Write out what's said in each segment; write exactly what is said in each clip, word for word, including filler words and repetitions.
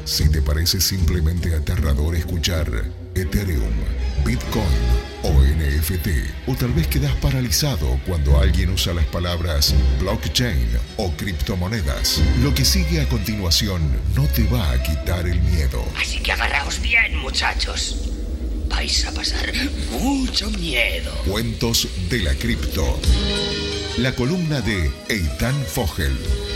Si te parece simplemente aterrador escuchar Ethereum, Bitcoin o N F T, o tal vez quedas paralizado cuando alguien usa las palabras blockchain o criptomonedas, lo que sigue a continuación no te va a quitar el miedo. Así que agarraos bien, muchachos. Vais a pasar mucho miedo. Cuentos de la cripto. La columna de Eitan Fogel.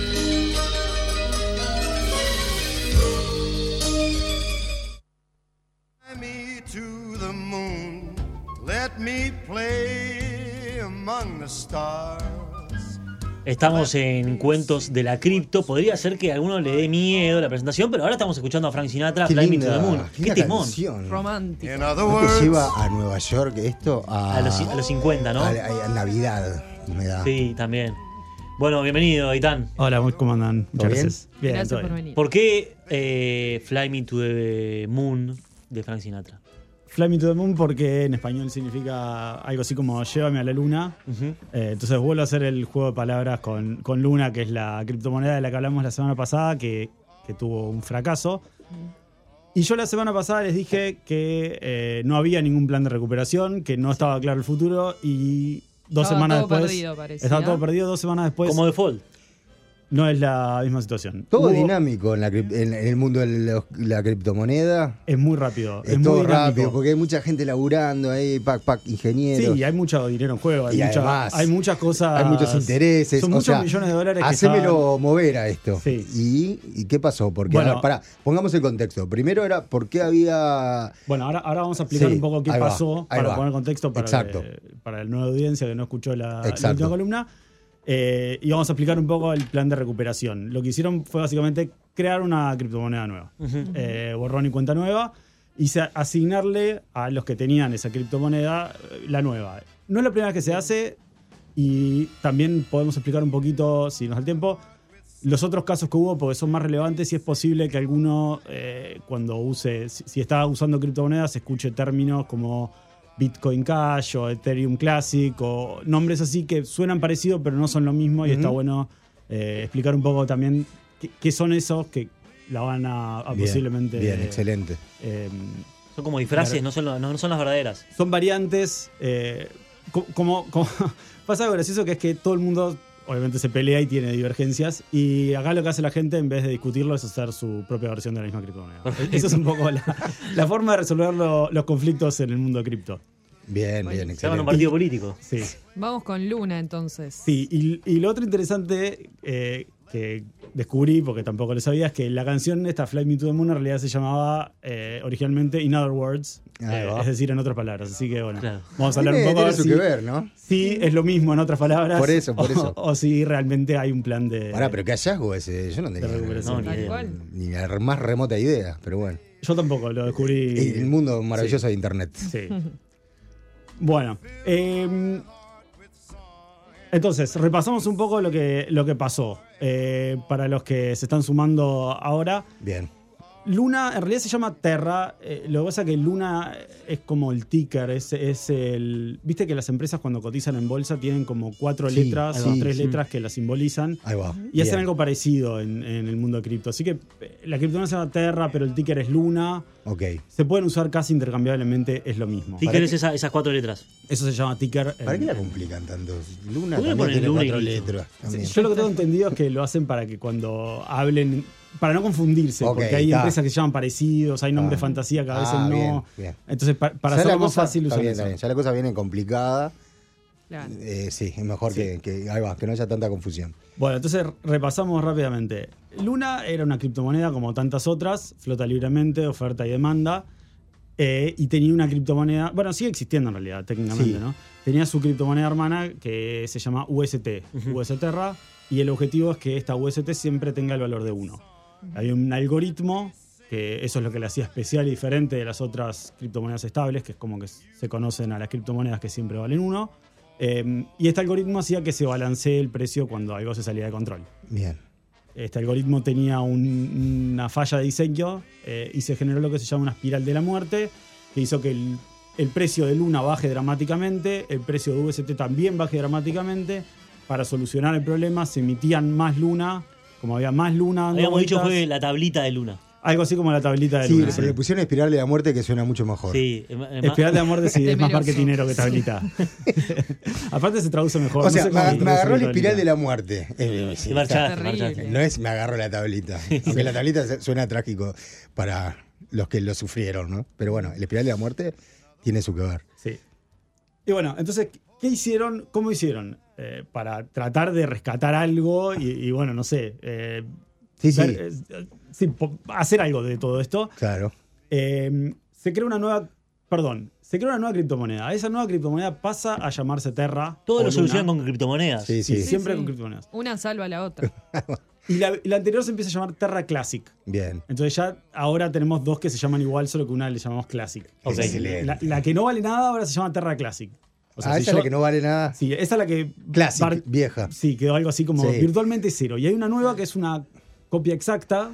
Estamos en Cuentos de la Cripto. Podría ser que a alguno le dé miedo la presentación, pero ahora estamos escuchando a Frank Sinatra, Qué Fly Me linda, to the Moon. qué Qué temón. canción. Romántico. ¿No te lleva a Nueva York esto? A, A los, a los cincuenta, ¿no? A, a- a Navidad. Me da. Sí, también. Bueno, bienvenido, Aitán. Hola, ¿cómo andan? ¿Todo Muchas bien? gracias. Bien, Gracias todo por bien. venir. ¿Por qué eh, Fly Me to the Moon de Frank Sinatra? Fly Me to the Moon porque en español significa algo así como llévame a la luna. Uh-huh. Eh, entonces vuelvo a hacer el juego de palabras con, con Luna, que es la criptomoneda de la que hablamos la semana pasada, que, que tuvo un fracaso. Y yo la semana pasada les dije que eh, no había ningún plan de recuperación, que no estaba claro el futuro y dos Estaba semanas todo después... perdido, parecía. estaba todo perdido, dos semanas después Como default. no es la misma situación. Todo Hubo- dinámico en, la, crip- en- en el mundo de la, la criptomoneda. Es muy rápido. Es, Es, muy todo dinámico. rápido, porque hay mucha gente laburando ahí, pac, pac, ingenieros. Sí, hay mucho dinero en juego, hay, Y mucha- además, hay muchas cosas. hay muchos intereses. Son o muchos sea, millones de dólares que hacémelo mover a esto. Sí. ¿Y, ¿Y qué pasó? Porque, Bueno. a ver, pará, pongamos el contexto. Primero era por qué había... Bueno, ahora, ahora vamos a explicar Sí, un poco qué ahí va, pasó ahí para va. poner contexto para, Exacto. que- para la nueva audiencia que no escuchó la, la Exacto. última columna. Eh, y vamos a explicar un poco el plan de recuperación. Lo que hicieron fue básicamente crear una criptomoneda nueva, Uh-huh. eh, borrón y cuenta nueva, y se- asignarle a los que tenían esa criptomoneda eh, la nueva. No es la primera vez que se hace, y también podemos explicar un poquito, si nos da el tiempo, los otros casos que hubo, porque son más relevantes y es posible que alguno, eh, cuando use, si, si está usando criptomonedas, escuche términos como Bitcoin Cash o Ethereum Classic o nombres así que suenan parecidos pero no son lo mismo, y Ujú. está bueno eh, explicar un poco también qué, qué son esos que la van a, a Bien, posiblemente... Bien, excelente. eh, Son como disfraces, Claro. no son, lo- no son las verdaderas. son variantes. eh, co- como, como pasa algo gracioso, que es que todo el mundo obviamente se pelea y tiene divergencias, y acá lo que hace la gente en vez de discutirlo es hacer su propia versión de la misma criptomoneda. Esa es un poco la, la forma de resolver lo- los conflictos en el mundo cripto. Bien, bien, Se llaman un excelente. partido político. Sí, Vamos con Luna, entonces. sí. Y, y lo otro interesante eh, que descubrí, porque tampoco lo sabía, es que la canción esta, Fly Me to the Moon, en realidad se llamaba eh, originalmente In Other Words, Ahí eh, va. es decir, en otras palabras. Así que bueno, Claro. vamos a hablar un Tiene- poco a tiene ver su si, que ver, ¿no? si es lo mismo en otras palabras. Por eso, por o- eso. O, si realmente hay un plan de... Pará, pero qué hallazgo ese. Yo no tenía De recuperación. No, ni Tal idea. cual. ni la más remota idea, pero bueno. Yo tampoco, lo descubrí. El mundo maravilloso de Internet. Sí. Bueno, eh, entonces, repasamos un poco lo que, lo que pasó. Eh, para los que se están sumando ahora, Bien. Luna en realidad se llama Terra. Eh, lo que pasa es que Luna es como el ticker, es, es el... Viste que las empresas cuando cotizan en bolsa tienen como cuatro Sí, letras sí, o tres sí. letras que las simbolizan. Ahí va. Y hacen Bien. algo parecido en, en el mundo de cripto. Así que eh, la criptomoneda se llama Terra, pero el ticker es Luna. Ok. Se pueden usar casi intercambiablemente, es lo mismo. Ticker es esa- esas cuatro letras. Eso se llama ticker. ¿Para en- qué la complican tanto? Luna ¿Por qué también le ponen tiene Luna y cuatro listo? letras. también. Yo lo que tengo entendido es que lo hacen para que cuando hablen, para no confundirse, Ok, porque hay está. empresas que se llaman parecidos, hay nombres Ah. fantasía que a veces Ah, no. bien, bien. Entonces, pa- para Ya hacerlo la más cosa- fácil está usan bien, eso. está bien. Ya la cosa viene complicada. Claro. Eh, sí, es mejor Sí. Que, que, ahí va, que no haya tanta confusión. Bueno, entonces repasamos rápidamente. Luna era una criptomoneda como tantas otras, flota libremente, oferta y demanda. Eh, y tenía una criptomoneda, bueno, sigue existiendo en realidad, técnicamente, Sí. ¿no? Tenía su criptomoneda hermana que se llama U S T, Ujú. U S Terra, y el objetivo es que esta U S T siempre tenga el valor de uno. Hay un algoritmo, que eso es lo que le hacía especial y diferente de las otras criptomonedas estables, que es como que se conocen a las criptomonedas que siempre valen uno. Eh, y este algoritmo hacía que se balancee el precio cuando algo se salía de control. Bien. Este algoritmo tenía un- una falla de diseño eh, y se generó lo que se llama una espiral de la muerte, que hizo que el, el precio de Luna baje dramáticamente, el precio de U S T también baje dramáticamente. Para solucionar el problema se emitían más Luna, como había más Luna dando Habíamos dicho vueltas, fue la tablita de Luna. Algo así como la tablita de Sí, Luna. pero le pusieron Espiral de la Muerte, que suena mucho mejor. Sí, es ma- es ma- Espiral de la Muerte sí, es más Temeroso. marketinero que tablita. Aparte se traduce mejor. O sea, no sé cómo me, se me traduce agarró la tablita. Espiral de la Muerte. Eh, sí, y marchaste, Terrible. marchaste. no es me agarró la tablita. Aunque la tablita se- suena trágico para los que lo sufrieron, ¿no? Pero bueno, el Espiral de la Muerte tiene su que ver. Sí. Y bueno, entonces, ¿qué hicieron? ¿Cómo hicieron? Eh, para tratar de rescatar algo y, y bueno, no sé. eh, Sí, sí, ver, eh, sí, po- hacer algo de todo esto. claro. Eh, se crea una nueva. Perdón, se crea una nueva criptomoneda. Esa nueva criptomoneda pasa a llamarse Terra. Todo o lo Luna. solucionan con criptomonedas. Sí, Sí, sí. siempre Sí, con sí. criptomonedas. Una salva a la otra. Y la, y la anterior se empieza a llamar Terra Classic. Bien. Entonces ya ahora tenemos dos que se llaman igual, solo que una le llamamos Classic. Ok. Excelente. La, la que no vale nada ahora se llama Terra Classic. O sea, ah, si esa yo- es la que no vale nada. Sí, esa es la que... Classic, Bar- vieja. Sí, quedó algo así como Sí. virtualmente cero. Y hay una nueva que es una copia exacta.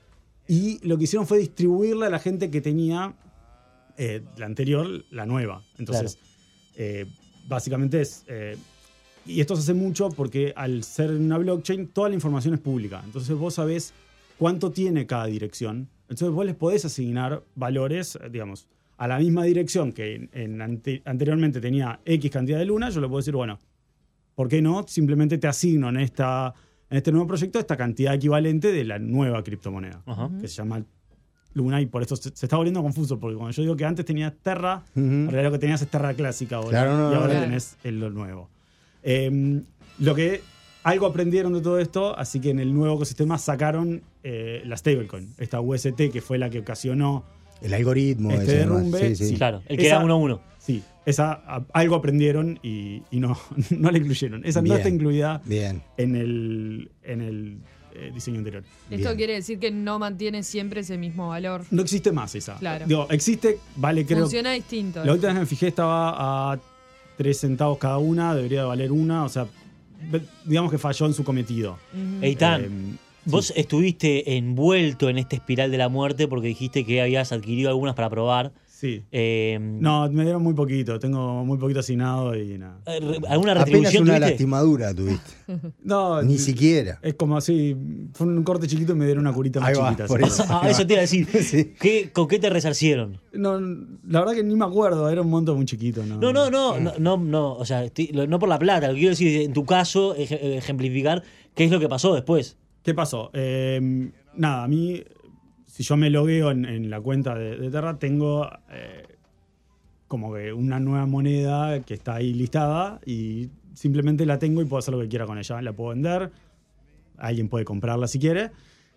Y lo que hicieron fue distribuirla a la gente que tenía eh, la anterior, la nueva. Entonces, eh, básicamente es... eh, y esto se hace mucho porque al ser una blockchain, toda la información es pública. Entonces vos sabés cuánto tiene cada dirección. Entonces vos les podés asignar valores, eh, digamos, a la misma dirección que en, en ante- anteriormente tenía X cantidad de lunas. Yo le puedo decir, bueno, ¿por qué no? Simplemente te asigno en, esta, en este nuevo proyecto esta cantidad equivalente de la nueva criptomoneda, Ajá. que se llama Luna, y por eso se, se está volviendo confuso, porque cuando yo digo que antes tenías Terra, Ujú. en realidad lo que tenías es Terra clásica ahora, Claro, no, y ahora claro. tenés el, lo nuevo. Eh, lo que algo aprendieron de todo esto, así que en el nuevo ecosistema sacaron eh, la stablecoin, esta U S T que fue la que ocasionó El algoritmo. este ese demás. derrumbe. Sí, sí. Sí. Claro, el que Esa- era uno a uno. Sí, esa a- algo aprendieron y, y no, no la incluyeron. Esa no Bien. está incluida Bien. en el, en el eh, diseño anterior. Esto Bien. quiere decir que no mantiene siempre ese mismo valor. No existe más esa. Claro. Digo, existe, vale, creo. Funciona distinto. La última vez que me fijé estaba a tres centavos cada una, debería de valer una, o sea, ve- digamos que falló en su cometido. Ujú. Eitan, Eh, vos sí. estuviste envuelto en esta espiral de la muerte porque dijiste que habías adquirido algunas para probar. Sí. Eh, No, me dieron muy poquito, tengo muy poquito asignado y nada. eh, re- ¿Alguna Apenas retribución una tuviste? lastimadura tuviste. No, Ni siquiera. es como así, fue un corte chiquito y me dieron una curita más Ahí va, chiquita. por así. eso. Ah, eso te iba a decir. Sí. ¿Qué, ¿Con qué te resarcieron? No, la verdad que ni me acuerdo, era un monto muy chiquito. No, No, no, no, no, no, no, o sea, estoy- lo- no por la plata, lo que quiero decir, en tu caso, ej- ejemplificar qué es lo que pasó después. ¿Qué pasó? Eh, nada, a mí, si yo me logueo en, en la cuenta de, de Terra, tengo eh, como que una nueva moneda que está ahí listada y simplemente la tengo y puedo hacer lo que quiera con ella. La puedo vender, alguien puede comprarla si quiere.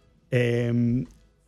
Eh,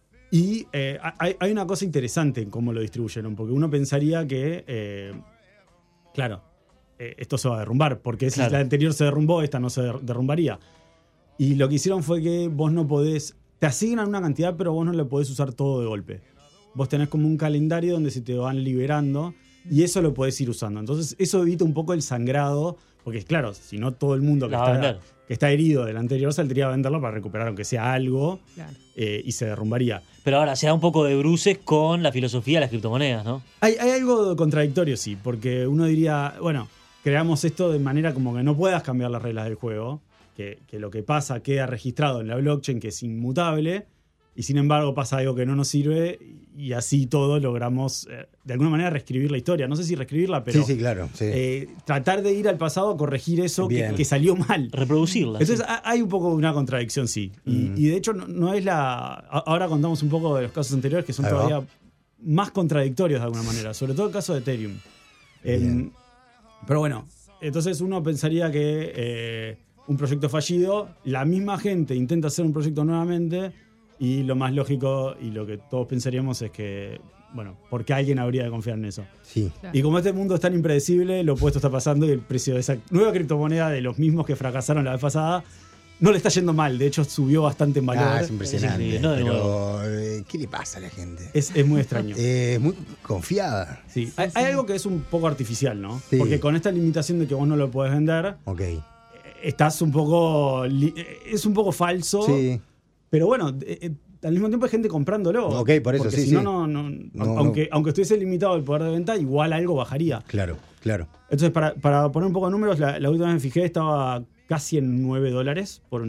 y eh, hay, hay una cosa interesante en cómo lo distribuyeron, porque uno pensaría que, eh, claro, eh, esto se va a derrumbar, porque si Claro. la anterior se derrumbó, esta no se der- derrumbaría. Y lo que hicieron fue que vos no podés, te asignan una cantidad, pero vos no la podés usar todo de golpe. Vos tenés como un calendario donde se te van liberando y eso lo podés ir usando. Entonces eso evita un poco el sangrado, porque claro, si no todo el mundo que La va a está, vender. que está herido del anterior saldría a venderlo para recuperar aunque sea algo Claro. eh, y se derrumbaría. Pero ahora se da un poco de bruces con la filosofía de las criptomonedas, ¿no? Hay, hay algo contradictorio, sí, porque uno diría, bueno, creamos esto de manera como que no puedas cambiar las reglas del juego, que, que lo que pasa queda registrado en la blockchain, que es inmutable, y sin embargo pasa algo que no nos sirve, y así todos logramos, eh, de alguna manera, reescribir la historia. No sé si reescribirla, pero sí, sí, claro. Sí. eh, tratar de ir al pasado a corregir eso que, Bien. que salió mal. Reproducirla. Entonces sí. ha- hay un poco una contradicción, sí. Y, Mm. y de hecho no, no es la... a- Ahora contamos un poco de los casos anteriores que son Ahí va. todavía más contradictorios de alguna manera, sobre todo el caso de Ethereum. Bien. Em, pero bueno, entonces uno pensaría que eh, un proyecto fallido, la misma gente intenta hacer un proyecto nuevamente y lo más lógico y lo que todos pensaríamos es que, bueno, ¿por qué alguien habría de confiar en eso? Sí. Claro. Y como este mundo es tan impredecible, lo opuesto está pasando y el precio de esa nueva criptomoneda de los mismos que fracasaron la vez pasada no le está yendo mal. De hecho, subió bastante en valor. Ah, es impresionante. increíble, no de pero, eh, ¿qué le pasa a la gente? es, es muy extraño. Eh, Es muy confiada. Sí. Sí, hay, sí. hay algo que es un poco artificial, ¿no? Sí. Porque con esta limitación de que vos no lo podés vender, Ok. eh, estás un poco... li- eh, es un poco falso. Sí. Pero bueno, eh, eh, al mismo tiempo hay gente comprándolo. Ok, por eso, Porque sí, si sí. no, no, no, No, aunque, no. aunque estuviese limitado el poder de venta, igual algo bajaría. Claro, claro. Entonces, para, para poner un poco de números, la, la última vez me fijé, estaba casi en nueve dólares por unidad.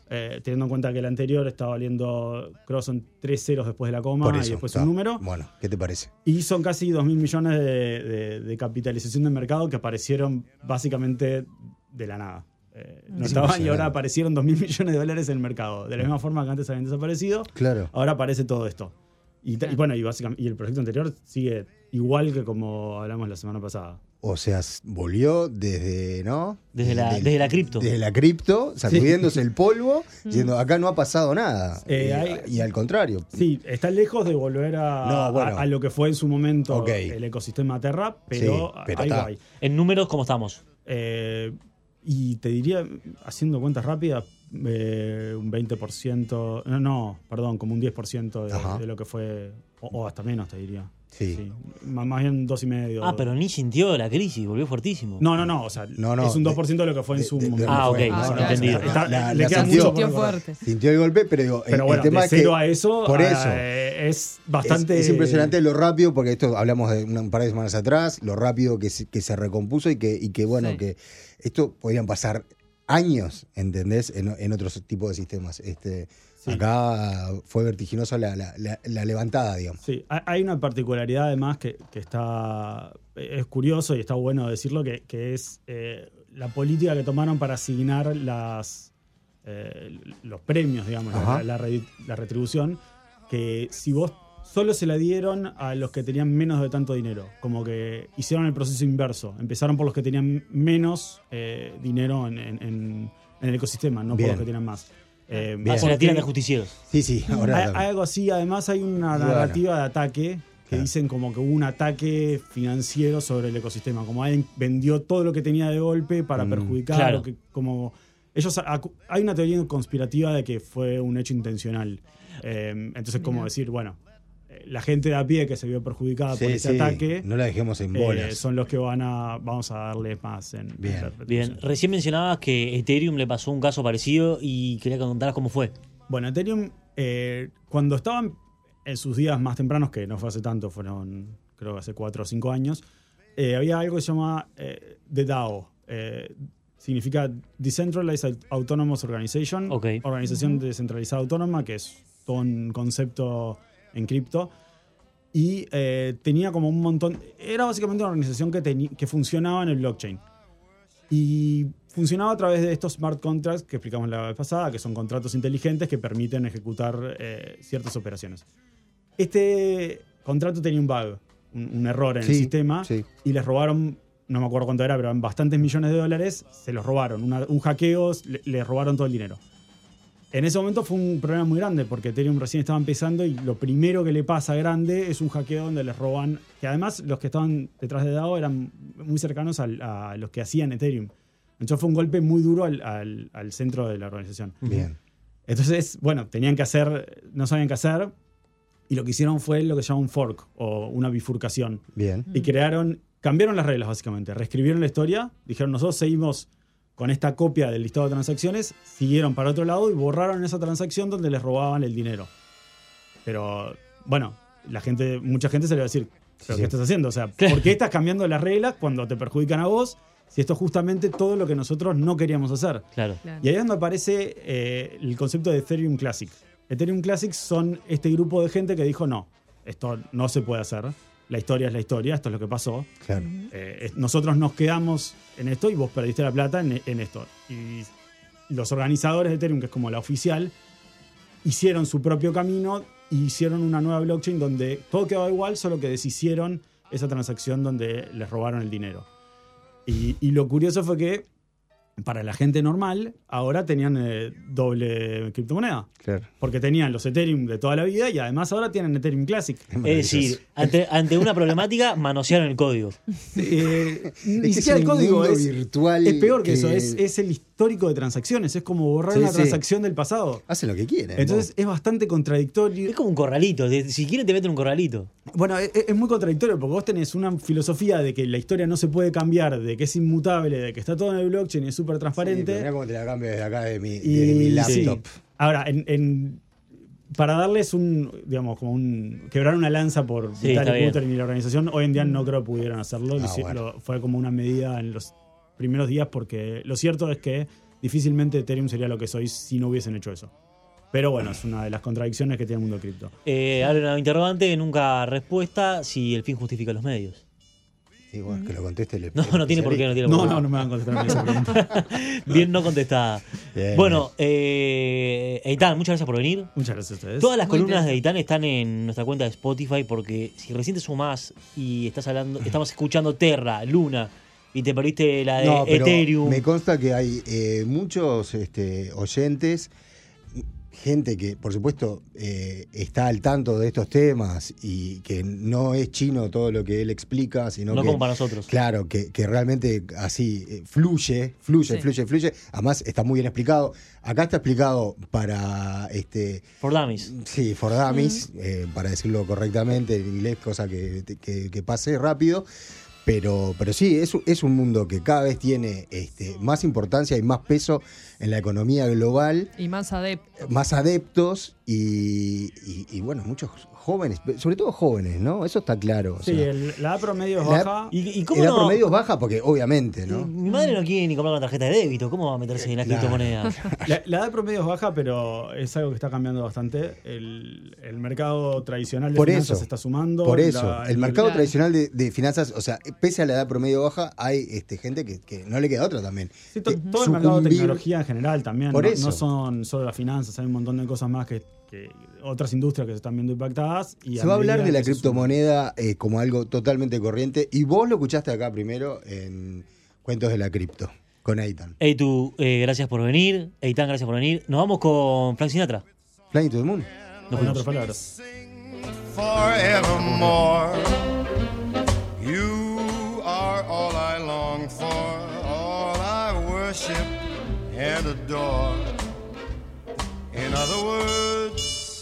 eh, teniendo en cuenta que el anterior estaba valiendo, creo que son tres ceros después de la coma Por eso, y después está. un número. Bueno, ¿qué te parece? Y son casi dos mil millones de, de- de capitalización de mercado que aparecieron básicamente de la nada. Eh, no Es estaban y impresionante. ahora aparecieron dos mil millones de dólares en el mercado. De la misma forma que antes habían desaparecido, Claro. ahora aparece todo esto. Y, ta- y bueno, y, básicamente, y el proyecto anterior sigue igual que como hablamos la semana pasada. O sea, s- volvió desde, ¿no? Desde la- desde la cripto. Desde la cripto, sacudiéndose el polvo, diciendo, acá no ha pasado nada. Eh, y, hay- y al contrario. Sí, está lejos de volver a, No, bueno. a, a lo que fue en su momento Ok. el ecosistema Terra, pero, Sí, pero algo está. hay. En números, ¿cómo estamos? Eh, y te diría, haciendo cuentas rápidas, eh, un veinte por ciento, no, no, perdón, como un diez por ciento de, Ajá. de lo que fue, o, o hasta menos te diría. Sí. Má- Más bien dos y medio. Ah, pero ni sintió la crisis, volvió fuertísimo. No, no, no, o sea, No, no, es un de- dos por ciento de lo que fue en de- su de- de lo momento. que Ah, fue. ok, Ah, sí, entendido. Está- La- le la queda sintió. mucho por Sintió recorrer. fuerte. Sintió el golpe, pero, digo, el- Pero bueno, el tema de es que cero a eso, por a- eso. eh, es Es, bastante... es impresionante lo rápido, porque esto hablamos de una- un par de semanas atrás, lo rápido que se, que se recompuso y que, y que bueno, Sí. que esto podían pasar años, ¿entendés? En, en otros tipos de sistemas. Este, Sí. Acá fue vertiginosa la, la- la- la levantada, digamos. Sí, hay- hay una particularidad además que, que está es curioso y está bueno decirlo, que, que es eh, la política que tomaron para asignar las eh, los premios, digamos, Ajá. la, la re- la retribución, que si vos solo se la dieron a los que tenían menos de tanto dinero, como que hicieron el proceso inverso, empezaron por los que tenían menos eh, dinero en, en- en- en el ecosistema, no Bien. por los que tienen más. Eh, Bien. Ah, se la porque- tiran de justicieros. Sí, sí, ahora hay, también. hay algo así, además hay una Bueno. narrativa de ataque que Claro. dicen como que hubo un ataque financiero sobre el ecosistema, como alguien vendió todo lo que tenía de golpe para Mm, perjudicar, claro. o que, como ellos acu- hay una teoría conspirativa de que fue un hecho intencional. Eh, entonces, como Mirá. decir, bueno, eh, la gente de a pie que se vio perjudicada por Sí, ese sí, ataque no la dejemos en eh, bolas. son los que van a vamos a darle más en, en Bien. la Bien, retribución. recién mencionabas que Ethereum le pasó un caso parecido y quería que contaras cómo fue. Bueno, Ethereum, eh, cuando estaban en sus días más tempranos, que no fue hace tanto, fueron creo que hace cuatro o cinco años, eh, había algo que se llama eh, The DAO. Eh, significa Decentralized Autonomous Organization, Ok. organización descentralizada autónoma, que es todo un concepto en cripto. Y eh, tenía como un montón... Era básicamente una organización que, teni- que funcionaba en el blockchain. Y funcionaba a través de estos smart contracts que explicamos la vez pasada, que son contratos inteligentes que permiten ejecutar eh, ciertas operaciones. Este contrato tenía un bug, un, un error en Sí, el sistema, sí. y les robaron, no me acuerdo cuánto era, pero en bastantes millones de dólares se los robaron. Una- un hackeo, le- les robaron todo el dinero. En ese momento fue un problema muy grande porque Ethereum recién estaba empezando y lo primero que le pasa grande es un hackeo donde les roban, que además los que estaban detrás de DAO eran muy cercanos al- a los que hacían Ethereum. Entonces fue un golpe muy duro al, al- al centro de la organización. Bien. Entonces, bueno, tenían que hacer, no sabían qué hacer y lo que hicieron fue lo que se llama un fork o una bifurcación. Bien. Y crearon, cambiaron las reglas básicamente, reescribieron la historia, dijeron nosotros seguimos con esta copia del listado de transacciones, siguieron para otro lado y borraron esa transacción donde les robaban el dinero. Pero bueno, la gente, mucha gente se le va a decir, ¿pero Sí. qué estás haciendo? O sea, ¿por qué estás cambiando las reglas cuando te perjudican a vos? Si esto es justamente todo lo que nosotros no queríamos hacer. Claro. Claro. Y ahí es donde aparece eh, el concepto de Ethereum Classic. Ethereum Classic son este grupo de gente que dijo, no, esto no se puede hacer. La historia es la historia, esto es lo que pasó. Claro. Eh, es- nosotros nos quedamos en esto y vos perdiste la plata en, en esto. Y los organizadores de Ethereum, que es como la oficial, hicieron su propio camino y hicieron una nueva blockchain donde todo quedaba igual, solo que deshicieron esa transacción donde les robaron el dinero. Y, y lo curioso fue que para la gente normal, ahora tenían eh, doble criptomoneda. Claro. Porque tenían los Ethereum de toda la vida y además ahora tienen Ethereum Classic. Es decir, ante, ante una problemática, manosearon el código. Eh, Es ni que siquiera es el un código mundo es, virtual es peor que, que- eso, es, es el histórico de transacciones, es como borrar Sí, una sí. transacción del pasado. Hacen lo que quieren. Entonces es bastante contradictorio. Es como un corralito. de- Si quieren, te meten un corralito. Bueno, es, es muy contradictorio porque vos tenés una filosofía de que la historia no se puede cambiar, de que es inmutable, de que está todo en el blockchain y es súper Sí, pero transparente. mirá cómo te la cambio desde acá de mi, Y- de mi sí. laptop. Ahora, en, en- para darles un, digamos, como un. Quebrar una lanza por Sí, Vitalik está bien. Buterin y la organización, hoy en día no creo que pudieran hacerlo. Lo Ah, hici- bueno. lo- fue como una medida en los primeros días porque lo cierto es que difícilmente Ethereum sería lo que soy si no hubiesen hecho eso. Pero bueno, es una de las contradicciones que tiene el mundo cripto. Eh, ahora una interrogante, nunca respuesta, si el fin justifica los medios. Sí, bueno, que lo conteste el No, no tiene por qué, no tiene No, por qué. no, no me van a contestar esa pregunta. Bien no contestada. Bien, Bueno, eh, Eitan, muchas gracias por venir. Muchas gracias a ustedes. Todas las Muy columnas de interesante. Eitan están en nuestra cuenta de Spotify porque si recién te sumás y estás hablando, estamos escuchando Terra, Luna y te perdiste la de No, pero Ethereum. me consta que hay eh, muchos este, oyentes, gente que, por supuesto, eh, está al tanto de estos temas y que no es chino todo lo que él explica, sino No que... como para nosotros. Claro, que, que realmente así eh, fluye, fluye, Sí. fluye, fluye. Además, está muy bien explicado. Acá está explicado para... este For Dummies. Sí, for dummies, eh, para decirlo correctamente en inglés, cosa que, que, que pase rápido. Pero, pero sí, es, es un mundo que cada vez tiene este, más importancia y más peso en la economía global, Y más adeptos. más adeptos y, y- y, bueno, muchos jóvenes, sobre todo jóvenes, ¿no? Eso está claro. o Sí, sea, el- la edad promedio es la- baja. ¿Y, y cómo edad no? promedio es baja porque obviamente, Eh, ¿no? Mi madre no quiere ni comprar una tarjeta de débito. ¿Cómo va a meterse en la Claro. criptomoneda? La, la edad promedio es baja, pero es algo que está cambiando bastante. El, el mercado tradicional de Por finanzas eso, se está sumando. Por eso, La- el mercado Claro. tradicional de, de finanzas, o sea, pese a la edad promedio baja, hay este, gente que, que no le queda otra también. Sí, to- Que todo el mercado de sucumbir- tecnología en general también. Por no, eso. no son solo las finanzas, hay un montón de cosas más que, que otras industrias que se están viendo impactadas. Y Se va a hablar medida de la que se criptomoneda eh, como algo totalmente corriente y vos lo escuchaste acá primero en Cuentos de la Cripto, con Eitan. Hey, tú, eh, gracias por venir. Eitan, gracias por venir. Nos vamos con Frank Sinatra. Flying to the Moon. Nos suman, en vemos. otras palabras. Forevermore. You are all I long for, all I worship and adore. In other words,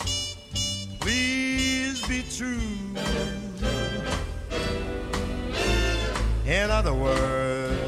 please be true. In other words,